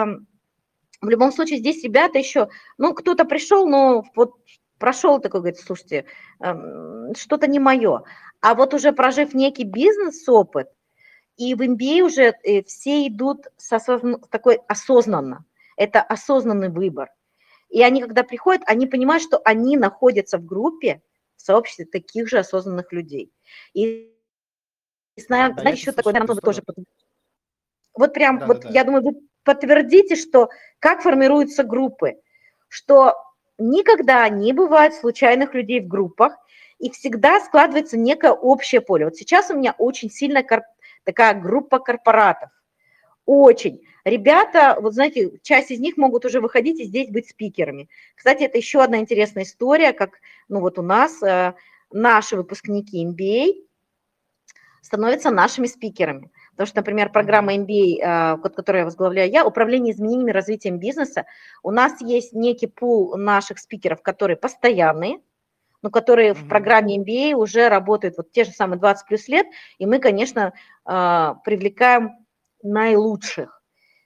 Speaker 2: в любом случае здесь ребята еще, ну, кто-то пришел, но вот прошел такой, говорит, слушайте, что-то не мое. А вот уже прожив некий бизнес-опыт, и в MBA уже все идут такой осознанно. Это осознанный выбор. И они, когда приходят, они понимают, что они находятся в группе, в сообществе таких же осознанных людей. И знаете,
Speaker 1: Да, я это
Speaker 2: еще такое,
Speaker 1: слышал,
Speaker 2: наверное,
Speaker 1: эту
Speaker 2: вы тоже,
Speaker 1: историю.
Speaker 2: вот прям, вот
Speaker 1: Да-да-да.
Speaker 2: я думаю, вы подтвердите, что как формируются группы, что никогда не бывает случайных людей в группах, и всегда складывается некое общее поле. Вот сейчас у меня очень сильная такая группа корпоратов. Очень. Ребята, вот знаете, часть из них могут уже выходить и здесь быть спикерами. Кстати, это еще одна интересная история, как, ну вот у нас наши выпускники MBA становятся нашими спикерами. Потому что, например, программа MBA, которую я возглавляю я, управление изменениями, развитием бизнеса, у нас есть некий пул наших спикеров, которые постоянные, но которые в
Speaker 1: Мгм.
Speaker 2: программе MBA уже работают вот те же самые 20 плюс лет, и мы, конечно, привлекаем наилучших.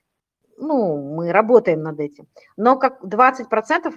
Speaker 2: Ну, мы работаем над этим. Но как 20%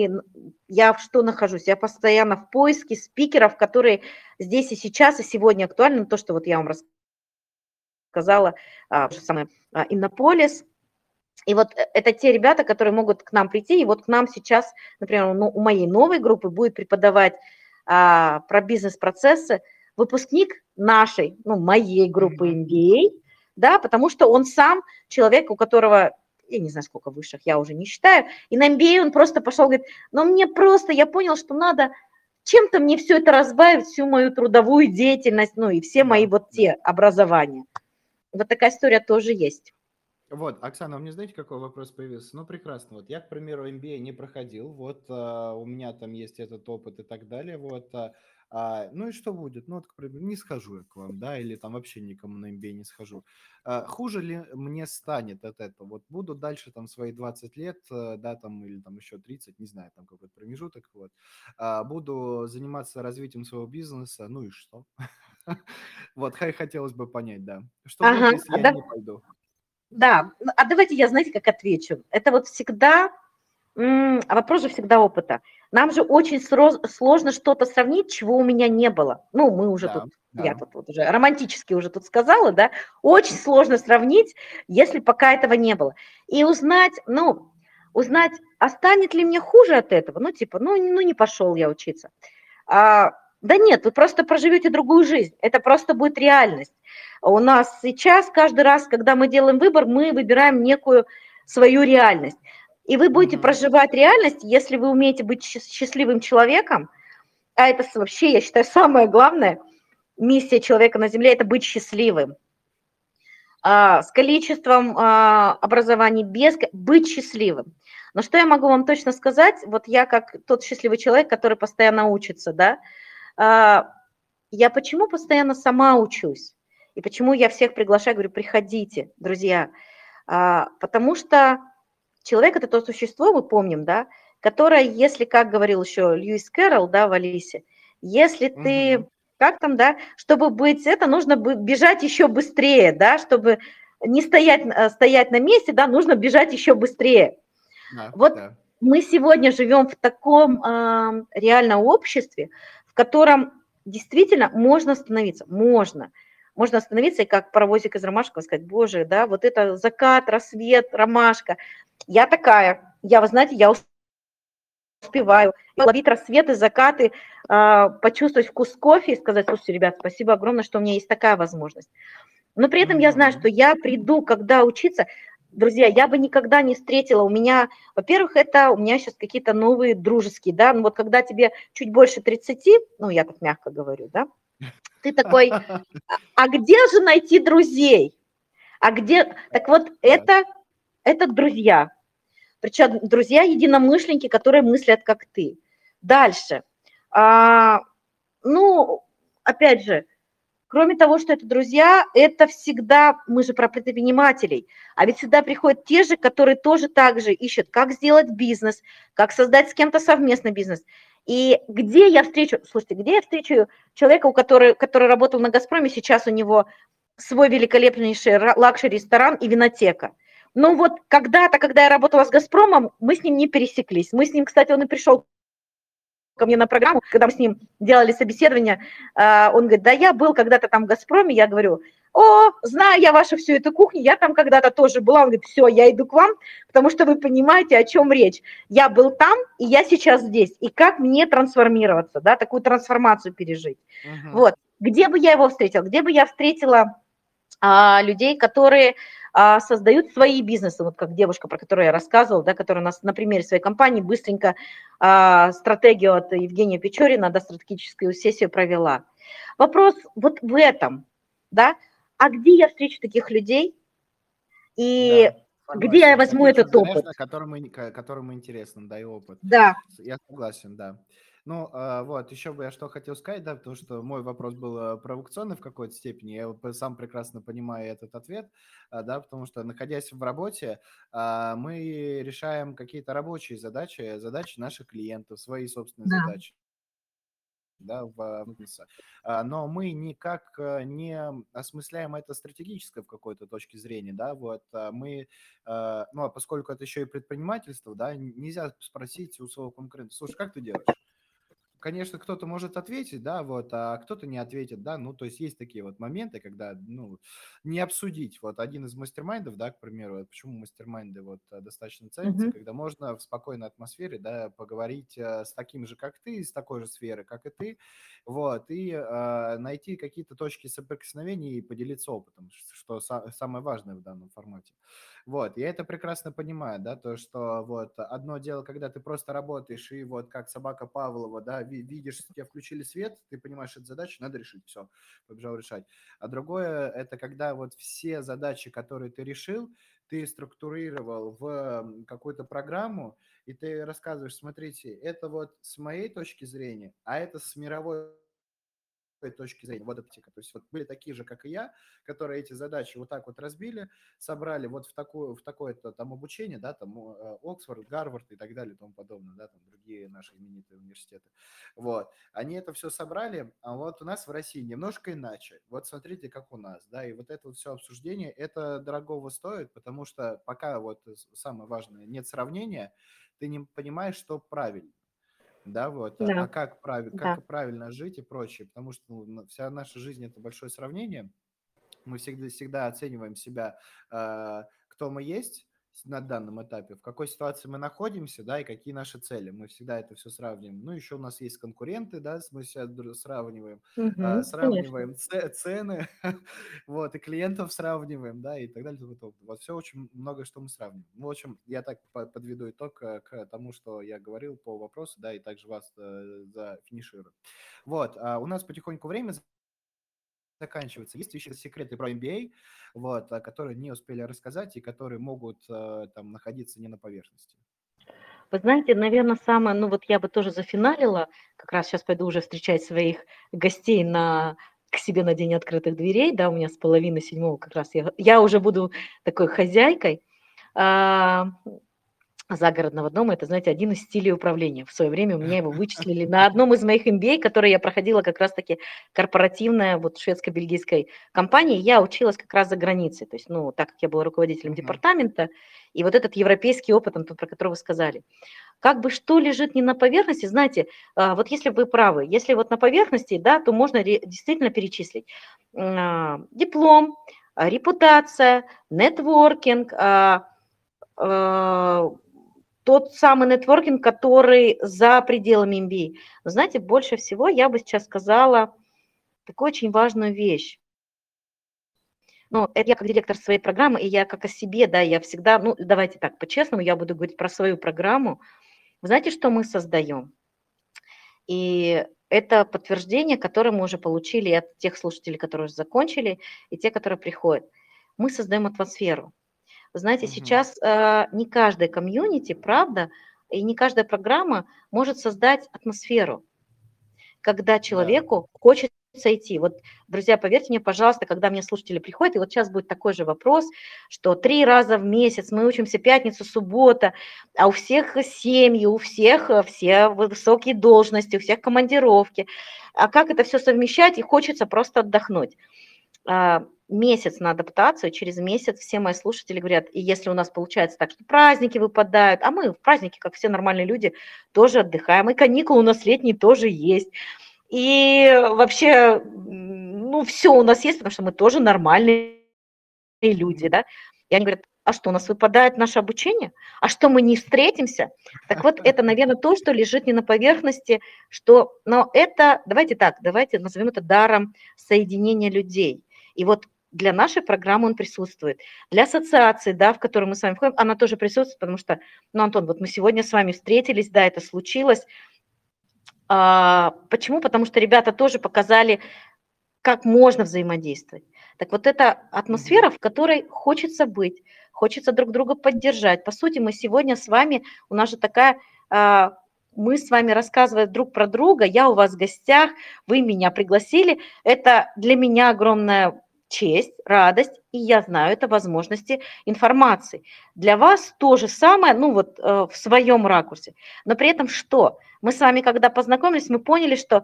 Speaker 2: я в что нахожусь? Я постоянно в поиске спикеров, которые здесь и сейчас, и сегодня актуальны. То, что вот я вам рассказала, то же самое Иннополис. И вот это те ребята, которые могут к нам прийти. И вот к нам сейчас, например, ну, у моей новой группы будет преподавать про бизнес-процессы выпускник нашей, ну, моей группы
Speaker 1: Мгм.
Speaker 2: MBA, да, потому что он сам человек, у которого, я не знаю, сколько высших, я уже не считаю, и на MBA он просто пошел, говорит, ну, мне просто, я понял, что надо чем-то мне все это разбавить, всю мою трудовую деятельность, ну, и все мои
Speaker 1: Да,
Speaker 2: вот
Speaker 1: да.
Speaker 2: те образования. Вот такая история тоже есть.
Speaker 1: Вот, Оксана, у меня знаете, какой вопрос появился? Ну, прекрасно. Вот я, к примеру, MBA не проходил, вот у меня там есть этот опыт и так далее, вот. Ну и что будет? Ну, вот, к примеру, не схожу я к вам, да, или там вообще никому на MBA не схожу. Хуже ли мне станет от этого? Вот буду дальше там свои 20 лет, да, там, или там еще 30, не знаю, там какой-то промежуток, вот. Буду заниматься развитием своего бизнеса, ну и что? Вот, хотелось бы понять, да. Что будет,
Speaker 2: Ага,
Speaker 1: если я не пойду?
Speaker 2: да, а давайте я, знаете, как отвечу. Это вот всегда, вопрос же всегда опыта. Нам же очень сложно что-то сравнить, чего у меня не было. Ну, мы уже тут,
Speaker 1: Да,
Speaker 2: я
Speaker 1: да.
Speaker 2: тут вот уже романтически уже тут сказала, да, очень сложно сравнить, если пока этого не было. И узнать, ну, узнать, а станет ли мне хуже от этого, ну, типа, ну не пошел я учиться. Да нет, вы просто проживете другую жизнь, это просто будет реальность. У нас сейчас каждый раз, когда мы делаем выбор, мы выбираем некую свою реальность. И вы будете
Speaker 1: Мгм.
Speaker 2: проживать реальность, если вы умеете быть счастливым человеком, а это вообще, я считаю, самое главное, миссия человека на Земле – это быть счастливым. С количеством образований, без, быть счастливым. Но что я могу вам точно сказать, вот я как тот счастливый человек, который постоянно учится, да, я почему постоянно сама учусь? И почему я всех приглашаю, говорю, приходите, друзья. Потому что человек – это то существо, мы помним, да, которое, если, как говорил еще Льюис Кэрролл, да, в «Алисе», если
Speaker 1: Мгм.
Speaker 2: ты, как там, да, чтобы быть это, нужно бежать еще быстрее, да, чтобы не стоять на месте, да, нужно бежать еще быстрее.
Speaker 1: Да,
Speaker 2: Вот
Speaker 1: да.
Speaker 2: мы сегодня живем в таком реальном обществе, в котором действительно можно остановиться, можно. Можно остановиться и как паровозик из Ромашкова сказать, боже, да, вот это закат, рассвет, ромашка. Я такая, вы знаете, я успеваю ловить рассветы, закаты, почувствовать вкус кофе и сказать, слушайте, ребят, спасибо огромное, что у меня есть такая возможность. Но при этом я знаю, что
Speaker 1: Мгм.
Speaker 2: я приду, когда учиться. Друзья, я бы никогда не встретила. У меня, во-первых, у меня сейчас какие-то новые дружеские, да, ну вот когда тебе чуть больше 30, ну я так мягко говорю, да, ты такой, а где же найти друзей? А где, так вот
Speaker 1: Да.
Speaker 2: это друзья. Причем друзья единомышленники, которые мыслят как ты. Дальше. Ну, опять же, кроме того, что это друзья, это всегда, мы же про предпринимателей, а ведь всегда приходят те же, которые тоже так же ищут, как сделать бизнес, как создать с кем-то совместный бизнес. И где я встречу человека, который работал на «Газпроме», сейчас у него свой великолепнейший лакшери-ресторан и винотека. Но вот когда-то, когда я работала с «Газпромом», мы с ним не пересеклись. Мы с ним, кстати, он и пришел ко мне на программу, когда мы с ним делали собеседование, он говорит, да я был когда-то там в «Газпроме», я говорю, о, знаю я вашу всю эту кухню, я там когда-то тоже была, он говорит, все, я иду к вам, потому что вы понимаете, о чем речь. Я был там, и я сейчас здесь, и как мне трансформироваться, да, такую трансформацию пережить. Вот, где бы я его встретила? Где бы я встретила людей, которые создают свои бизнесы, вот как девушка, про которую я рассказывала, да, которая у нас на примере своей компании быстренько стратегию от Евгения Печорина, да, стратегическую сессию провела. Вопрос вот в этом, да, а где я встречу таких людей и где я возьму этот опыт?
Speaker 1: Которому интересно, да, и опыт.
Speaker 2: Да.
Speaker 1: Я согласен, да. Ну, вот, еще бы я что хотел сказать, да, потому что мой вопрос был провокационный в какой-то степени, я сам прекрасно понимаю этот ответ, да, потому что, находясь в работе, мы решаем какие-то рабочие задачи наших клиентов, свои собственные задачи. Да, в бизнесе. Но мы никак не осмысляем это стратегическое в какой-то точке зрения, да, вот мы, ну, а поскольку это еще и предпринимательство, да, нельзя спросить у своего конкурента, слушай, как ты делаешь? Конечно, кто-то может ответить, да, вот, а кто-то не ответит, да, ну, то есть есть такие вот моменты, когда, ну, не обсудить, вот, один из мастер-майндов, да, к примеру, почему мастер-майнды вот достаточно ценятся, когда можно в спокойной атмосфере, да, поговорить с таким же, как ты, из такой же сферы, как и ты, вот, и найти какие-то точки соприкосновения и поделиться опытом, что самое важное в данном формате. Вот, я это прекрасно понимаю, да, то, что вот одно дело, когда ты просто работаешь и вот как собака Павлова, да, видишь, тебе включили свет, ты понимаешь, эту задачу надо решить, все, побежал решать. А другое, это когда вот все задачи, которые ты решил, ты структурировал в какую-то программу, и ты рассказываешь, смотрите, это вот с моей точки зрения, а это с мировой точки зрения, вот это, то есть вот были такие же, как и я, которые эти задачи вот так вот разбили, собрали вот в такое-то там обучение, да, там Оксфорд, Гарвард и так далее и тому подобное, да, там другие наши именитые университеты. Вот. Они это все собрали, а вот у нас в России немножко иначе. Вот смотрите, как у нас, да, и вот это вот все обсуждение, это дорогого стоит, потому что пока вот самое важное, нет сравнения, ты не понимаешь, что правильно. Да, вот.
Speaker 2: Да.
Speaker 1: Как
Speaker 2: Да.
Speaker 1: правильно жить и прочее, потому что вся наша жизнь – это большое сравнение. Мы всегда оцениваем себя, кто мы есть на данном этапе, в какой ситуации мы находимся, да, и какие наши цели. Мы всегда это все сравниваем. Ну, еще у нас есть конкуренты, да, мы себя сравниваем,
Speaker 2: Конечно.
Speaker 1: цены, вот, и клиентов сравниваем, да, и так далее. Вот все очень много что мы сравниваем. Ну, в общем, я так подведу итог к тому, что я говорил по вопросу, да, и также вас зафиниширую. Вот, у нас потихоньку время заканчивается. Есть еще секреты про MBA, вот, которые не успели рассказать и которые могут там находиться не на поверхности.
Speaker 2: Вы знаете, наверное, самое, ну вот я бы тоже зафиналила, как раз сейчас пойду уже встречать своих гостей к себе на день открытых дверей, да, у меня с половины седьмого как раз я уже буду такой хозяйкой. Загородного дома. Это, знаете, один из стилей управления. В свое время у меня его вычислили на одном из моих MBA, который я проходила как раз-таки корпоративная вот шведско-бельгийской компании. Я училась как раз за границей. То есть, ну, так как я была руководителем департамента, и вот этот европейский опыт, про который вы сказали. Как бы что лежит не на поверхности, знаете, вот если вы правы, если вот на поверхности, да, то можно действительно перечислить диплом, репутация, нетворкинг, тот самый нетворкинг, который за пределами MBA. Но знаете, больше всего я бы сейчас сказала такую очень важную вещь. Ну, это я как директор своей программы, и я как о себе, да, я всегда, ну, давайте так, по-честному, я буду говорить про свою программу. Вы знаете, что мы создаем? И это подтверждение, которое мы уже получили от тех слушателей, которые уже закончили, и те, которые приходят. Мы создаем атмосферу. Знаете, сейчас не каждая комьюнити, правда, и не каждая программа может создать атмосферу, когда человеку хочется идти. Вот, друзья, поверьте мне, пожалуйста, когда мне слушатели приходят, и вот сейчас будет такой же вопрос, что 3 раза в месяц мы учимся пятницу, суббота, а у всех семьи, у всех все высокие должности, у всех командировки. А как это все совмещать? И хочется просто отдохнуть. месяц на адаптацию, через месяц все мои слушатели говорят, и если у нас получается так, что праздники выпадают, а мы в праздники, как все нормальные люди, тоже отдыхаем, и каникулы у нас летние тоже есть, и вообще, ну, все у нас есть, потому что мы тоже нормальные люди, да. И они говорят, а что, у нас выпадает наше обучение? А что, мы не встретимся? Так вот, это, наверное, то, что лежит не на поверхности, что, но это, давайте так, давайте назовем это даром соединения людей. И вот для нашей программы он присутствует. Для ассоциации, да, в которую мы с вами входим, она тоже присутствует, потому что, ну, Антон, вот мы сегодня с вами встретились, да, это случилось. Почему? Потому что ребята тоже показали, как можно взаимодействовать. Так вот эта атмосфера, в которой хочется быть, хочется друг друга поддержать. По сути, мы сегодня с вами, у нас же такая, мы с вами рассказываем друг про друга, я у вас в гостях, вы меня пригласили. Это для меня огромная честь, радость, и я знаю, это возможности информации. Для вас то же самое, ну вот в своем ракурсе. Но при этом что? Мы с вами, когда познакомились, мы поняли, что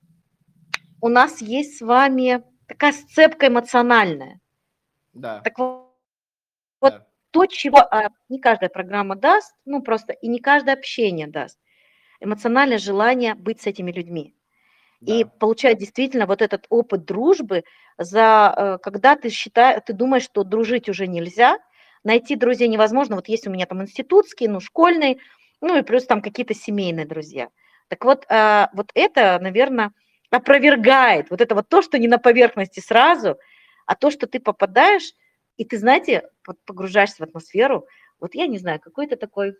Speaker 2: у нас есть с вами такая сцепка эмоциональная.
Speaker 1: Да,
Speaker 2: Так вот,
Speaker 1: да.
Speaker 2: то, чего не каждая программа даст, ну просто и не каждое общение даст. Эмоциональное желание быть с этими людьми. И
Speaker 1: Да.
Speaker 2: получать действительно вот этот опыт дружбы, когда ты думаешь, что дружить уже нельзя, найти друзей невозможно. Вот есть у меня там институтские, ну, школьные, ну и плюс там какие-то семейные друзья. Так вот, вот это, наверное, опровергает вот это вот то, что не на поверхности сразу, а то, что ты попадаешь, и ты, знаете, вот погружаешься в атмосферу, вот я не знаю, какой-то такой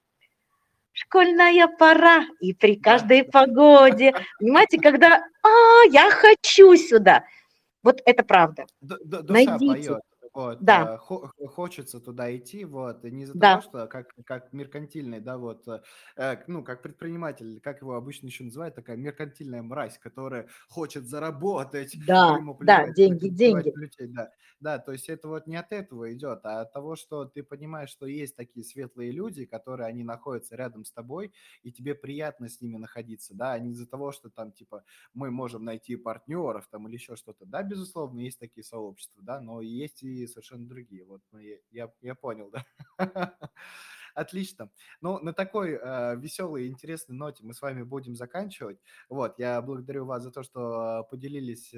Speaker 2: школьная пора, и при
Speaker 1: Да.
Speaker 2: каждой погоде. Понимаете, когда я хочу сюда. Вот это правда.
Speaker 1: Душа
Speaker 2: Найдите.
Speaker 1: поет. Вот,
Speaker 2: Да,
Speaker 1: хочется туда идти, вот, и не из-за того,
Speaker 2: да,
Speaker 1: что как меркантильный, да, вот, ну, как предприниматель, как его обычно еще называют, такая меркантильная мразь, которая хочет заработать, и
Speaker 2: да,
Speaker 1: ему
Speaker 2: да,
Speaker 1: плевать,
Speaker 2: деньги,
Speaker 1: плевать
Speaker 2: деньги.
Speaker 1: в людей, да. Да, то есть это вот не от этого идет, а от того, что ты понимаешь, что есть такие светлые люди, которые, они находятся рядом с тобой, и тебе приятно с ними находиться, да, а не из-за того, что там, типа, мы можем найти партнеров там или еще что-то. Да, безусловно, есть такие сообщества, да, но есть и совершенно другие. Вот ну, я понял, да. Отлично. Ну, на такой веселой и интересной ноте мы с вами будем заканчивать. Вот, я благодарю вас за то, что поделились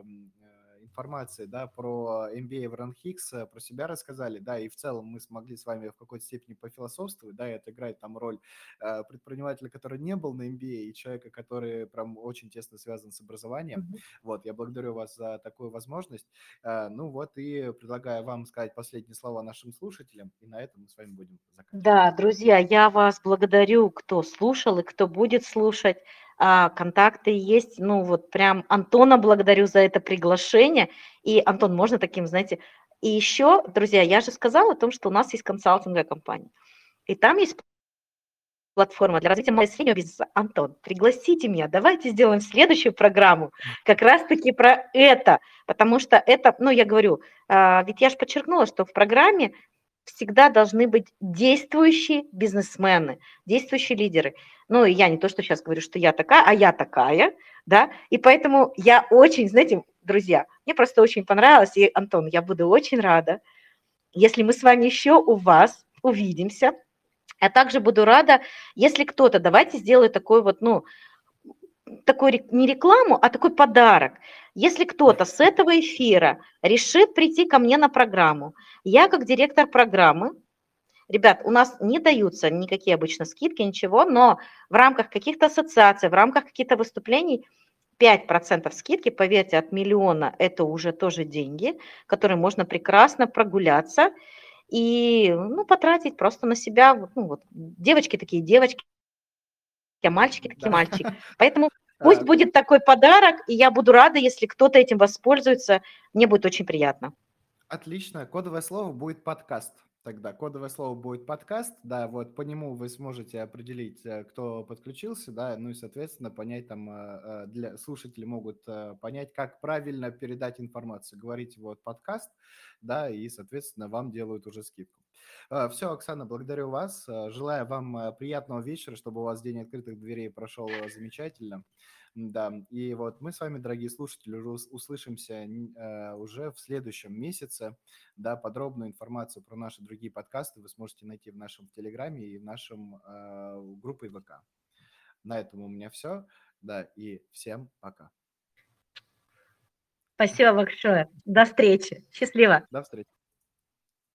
Speaker 1: информацией, да, про MBA в RunHix, про себя рассказали, да, и в целом мы смогли с вами в какой-то степени пофилософствовать, да, и это играет там роль предпринимателя, который не был на MBA, и человека, который прям очень тесно связан с образованием.
Speaker 2: Мгм.
Speaker 1: Вот, я благодарю вас за такую возможность. Ну вот, и предлагаю вам сказать последние слова нашим слушателям, и на этом мы с вами будем заканчивать.
Speaker 2: Да, друзья, я вас благодарю, кто слушал и кто будет слушать. Контакты есть. Ну вот прям Антона благодарю за это приглашение. И, Антон, можно таким, знаете, и еще, друзья, я же сказала о том, что у нас есть консалтинговая компания. И там есть платформа для развития малого и среднего бизнеса. Антон, пригласите меня, давайте сделаем следующую программу как раз-таки про это, потому что это, ну, я говорю, ведь я же подчеркнула, что в программе всегда должны быть действующие бизнесмены, действующие лидеры. Ну, и я не то, что сейчас говорю, что я такая, а я такая, да, и поэтому я очень, знаете, друзья, мне просто очень понравилось, и, Антон, я буду очень рада, если мы с вами еще у вас увидимся. Я также буду рада, если кто-то, давайте сделаю такой вот, ну, такой не рекламу, а такой подарок. Если кто-то с этого эфира решит прийти ко мне на программу, я как директор программы, ребят, у нас не даются никакие обычно скидки, ничего, но в рамках каких-то ассоциаций, в рамках каких-то выступлений 5% скидки, поверьте, от миллиона это уже тоже деньги, которые можно прекрасно прогуляться и, ну, потратить просто на себя. Ну, вот, девочки такие девочки, а мальчики такие
Speaker 1: Да.
Speaker 2: мальчики. Поэтому пусть будет такой подарок, и я буду рада, если кто-то этим воспользуется. Мне будет очень приятно.
Speaker 1: Отлично. Кодовое слово будет подкаст. Тогда кодовое слово будет подкаст, да, вот по нему вы сможете определить, кто подключился, да, ну и, соответственно, понять там, для слушатели могут понять, как правильно передать информацию. Говорите вот подкаст, да, и, соответственно, вам делают уже скидку. Все, Оксана, благодарю вас. Желаю вам приятного вечера, чтобы у вас день открытых дверей прошел замечательно. Да, и вот мы с вами, дорогие слушатели, уже услышимся уже в следующем месяце. Да, подробную информацию про наши другие подкасты вы сможете найти в нашем Телеграме и в нашем группе ВК. На этом у меня все. Да, и всем пока.
Speaker 2: Спасибо большое. До встречи. Счастливо.
Speaker 1: До встречи.